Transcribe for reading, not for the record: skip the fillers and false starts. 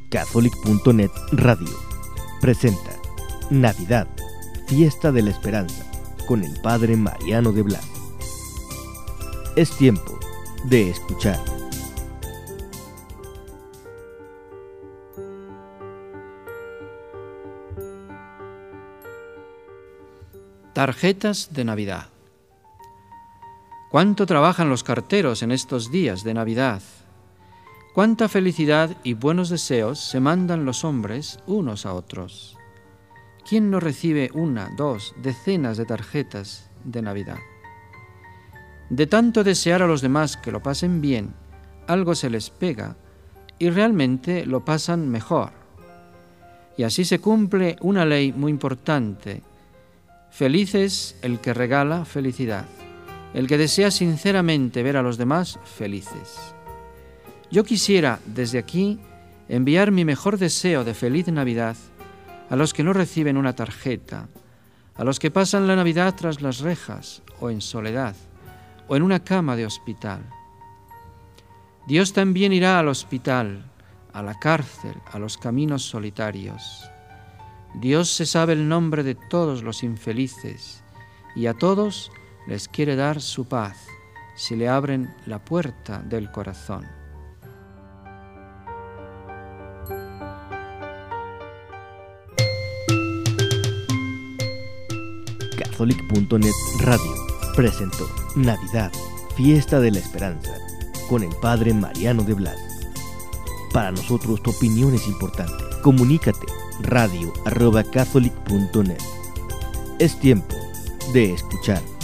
Catholic.net Radio presenta Navidad, Fiesta de la Esperanza, con el Padre Mariano de Blas. Es tiempo de escuchar. Tarjetas de Navidad. ¿Cuánto trabajan los carteros en estos días de Navidad? ¿Cuánta felicidad y buenos deseos se mandan los hombres unos a otros? ¿Quién no recibe una, dos, decenas de tarjetas de Navidad? De tanto desear a los demás que lo pasen bien, algo se les pega y realmente lo pasan mejor. Y así se cumple una ley muy importante. Feliz es el que regala felicidad, el que desea sinceramente ver a los demás felices. Yo quisiera, desde aquí, enviar mi mejor deseo de feliz Navidad a los que no reciben una tarjeta, a los que pasan la Navidad tras las rejas, o en soledad, o en una cama de hospital. Dios también irá al hospital, a la cárcel, a los caminos solitarios. Dios se sabe el nombre de todos los infelices y a todos les quiere dar su paz si le abren la puerta del corazón. Catholic.net Radio presentó Navidad, Fiesta de la Esperanza, con el Padre Mariano de Blas. Para nosotros tu opinión es importante. Comunícate radio@catholic.net. Es tiempo de escuchar.